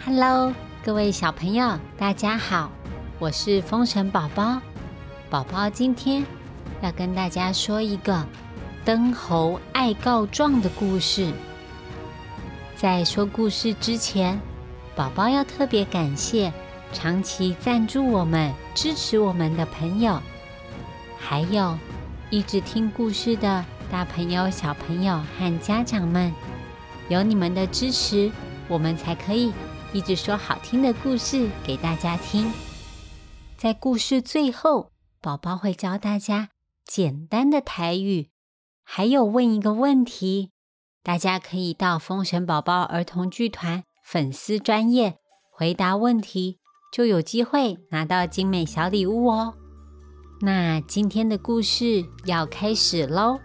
Hello， 各位小朋友，大家好，我是风神宝宝。宝宝今天要跟大家说一个灯猴爱告状的故事。在说故事之前，宝宝要特别感谢长期赞助我们、支持我们的朋友，还有一直听故事的大朋友、小朋友和家长们。有你们的支持，我们才可以一直说好听的故事给大家听。在故事最后，宝宝会教大家简单的台语，还有问一个问题，大家可以到风神宝宝儿童剧团粉丝专页回答问题，就有机会拿到精美小礼物哦。那今天的故事要开始咯。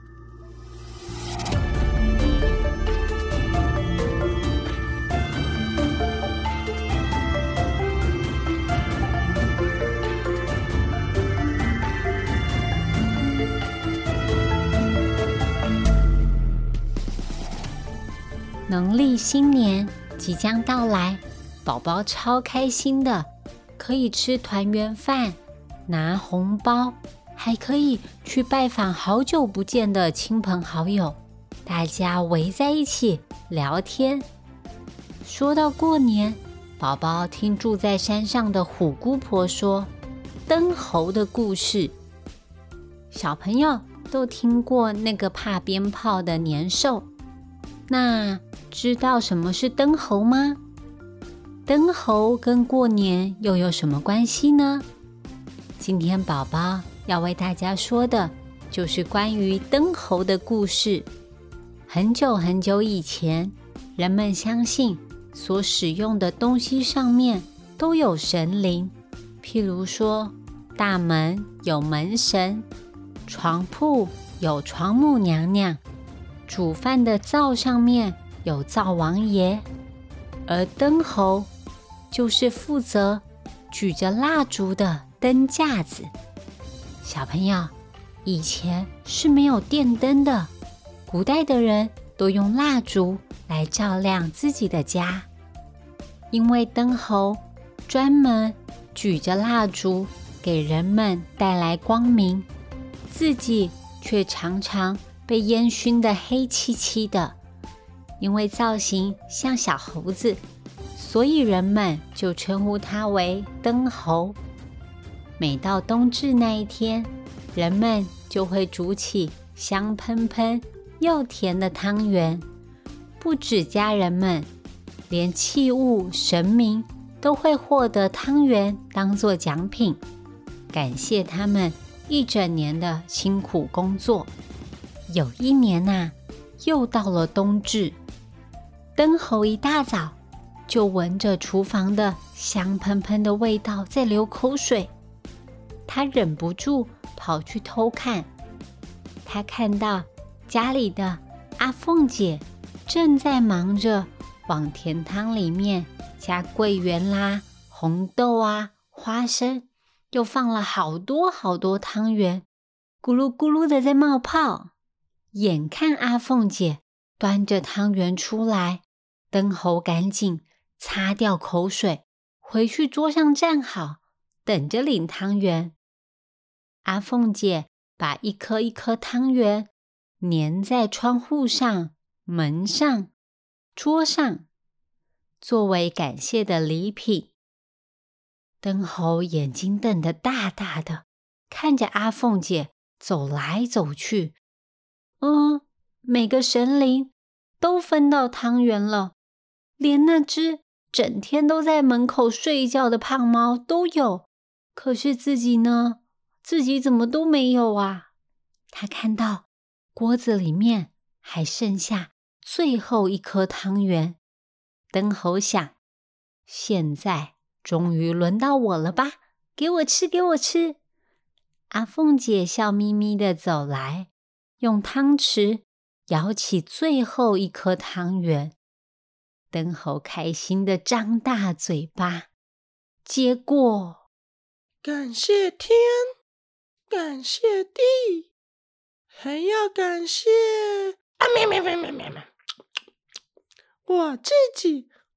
农历新年即将到来，宝宝超开心的，可以吃团圆饭，拿红包，还可以去拜访好久不见的亲朋好友，大家围在一起聊天。说到过年，宝宝听住在山上的虎姑婆说灯猴的故事。小朋友都听过那个怕鞭炮的年兽，那知道什么是灯猴吗？灯猴跟过年又有什么关系呢？今天宝宝要为大家说的就是关于灯猴的故事。很久很久以前，人们相信所使用的东西上面都有神灵，譬如说大门有门神，床铺有床母娘娘，煮饭的灶上面有灶王爷，而灯猴就是负责举着蜡烛的灯架子。小朋友，以前是没有电灯的，古代的人都用蜡烛来照亮自己的家。因为灯猴专门举着蜡烛给人们带来光明，自己却常常被烟熏得黑漆漆的。因为造型像小猴子，所以人们就称呼它为灯猴。每到冬至那一天，人们就会煮起香喷喷又甜的汤圆，不止家人们，连器物神明都会获得汤圆当作奖品，感谢他们一整年的辛苦工作。有一年啊，又到了冬至，灯猴一大早就闻着厨房的香喷喷的味道在流口水，他忍不住跑去偷看。他看到家里的阿凤姐正在忙着往甜汤里面加桂圆啦、红豆啊、花生，又放了好多好多汤圆，咕噜咕噜的在冒泡。眼看阿凤姐端着汤圆出来，灯猴赶紧擦掉口水，回去桌上站好，等着领汤圆。阿凤姐把一颗一颗汤圆粘在窗户上、门上、桌上，作为感谢的礼品。灯猴眼睛瞪得大大的，看着阿凤姐走来走去。每个神灵都分到汤圆了，连那只整天都在门口睡觉的胖猫都有，可是自己呢？自己怎么都没有啊？他看到锅子里面还剩下最后一颗汤圆，灯猴想，现在终于轮到我了吧？给我吃，给我吃！阿凤姐笑眯眯地走来，用汤匙舀起最后一颗汤圆。灯猴开心地张大嘴巴，结果感谢天，感谢地，还要感谢我自己，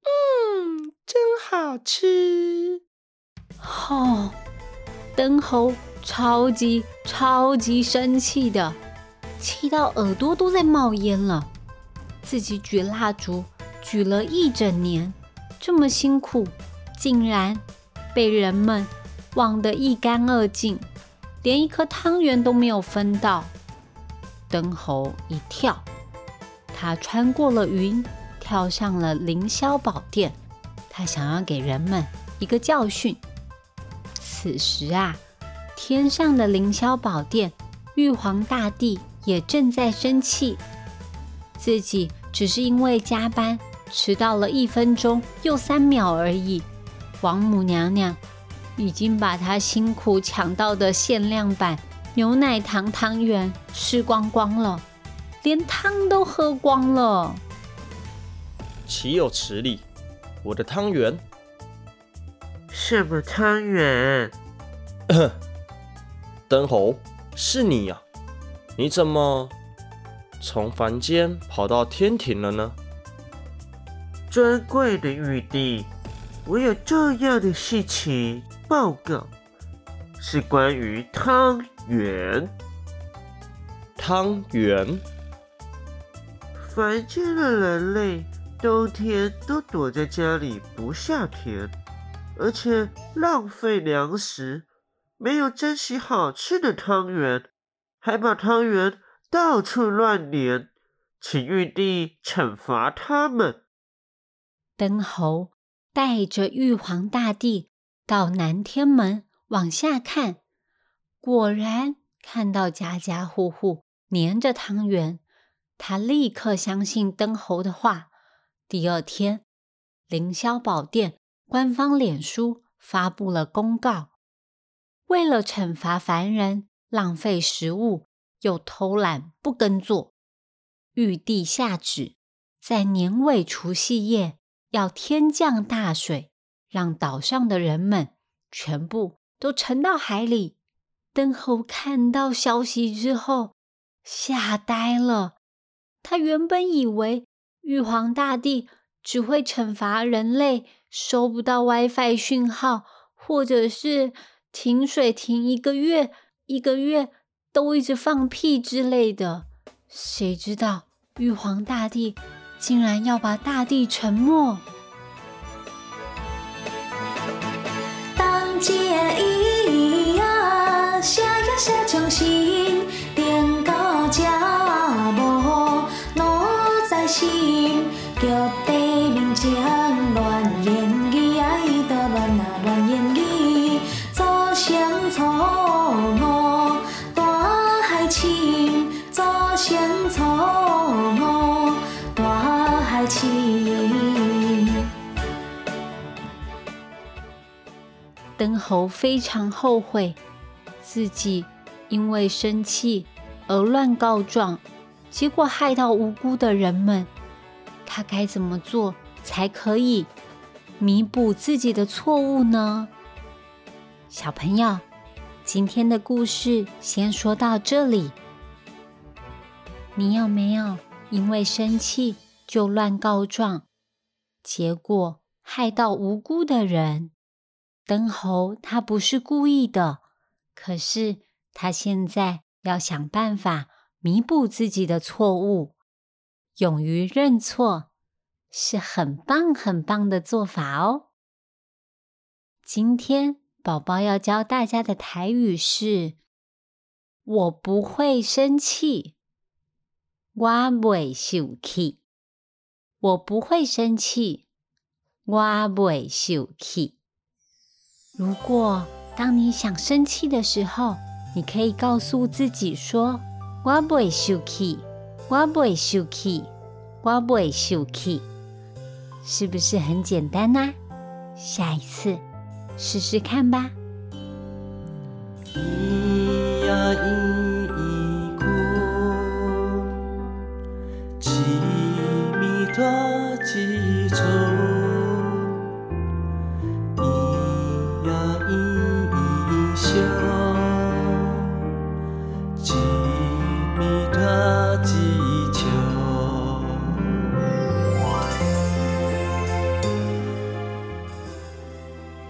真好吃。 哦，灯猴超级生气的，气到耳朵都在冒烟了。自己举蜡烛举了一整年，这么辛苦，竟然被人们忘得一干二净，连一颗汤圆都没有分到。灯猴一跳，他穿过了云，跳上了凌霄宝殿，他想要给人们一个教训。此时啊，天上的凌霄宝殿，玉皇大帝也正在生气，自己只是因为加班迟到了1分钟又3秒而已，王母娘娘已经把她辛苦抢到的限量版牛奶糖汤圆吃光光了，连汤都喝光了。 岂有此理！我的汤圆！ 什么汤圆？ 灯猴，是你呀！你怎么从凡间跑到天庭了呢？ 尊贵的玉帝，我有这样的事情报告，是关于汤圆。 汤圆？ 凡间的人类冬天都躲在家里不下田，而且浪费粮食，没有珍惜好吃的汤圆，还把汤圆到处乱粘，请玉帝惩罚他们。 灯猴带着玉皇大帝到南天门往下看，果然看到家家户户粘着汤圆，他立刻相信灯猴的话。第二天，凌霄宝殿官方脸书发布了公告，为了惩罚凡人浪费食物又偷懒不耕作，玉帝下旨，在年尾除夕夜要天降大水，让岛上的人们全部都沉到海里。灯猴看到消息之后吓呆了，他原本以为玉皇大帝只会惩罚人类收不到 WiFi 讯号，或者是停水停1个月都一直放屁之类的，谁知道玉皇大帝竟然要把大地沉没。 当这伊啊，写呀写将心，定到这无路在心，叫地面将乱言语，爱的乱啊乱言语，做相错误，大海深，做相错误，大海深。 灯猴非常后悔自己因为生气而乱告状，结果害到无辜的人们。他该怎么做才可以弥补自己的错误呢？小朋友，今天的故事先说到这里。你有没有因为生气就乱告状，结果害到无辜的人？灯猴他不是故意的，可是他现在要想办法弥补自己的错误。勇于认错是很棒的做法哦。今天宝宝要教大家的台语是：我不会生气，我袂生气。我不会生气，我袂生气。如果当你想生气的时候，你可以告诉自己说：我袂生气，我袂生气，我袂生气。是不是很简单呢？下一次试试看吧。 咿呀咿咿哭，几米多几处，咿呀咿咿笑，几米多几秋。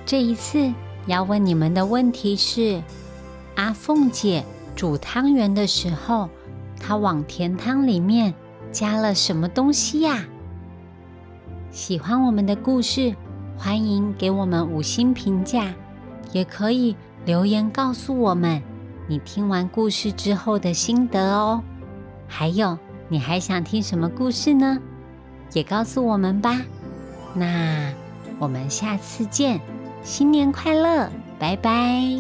这一次要问你们的问题是：阿凤姐煮汤圆的时候，她往甜汤里面加了什么东西呀？喜欢我们的故事，欢迎给我们5星评价，也可以留言告诉我们你听完故事之后的心得哦。还有，你还想听什么故事呢？也告诉我们吧。那我们下次见，新年快乐，拜拜。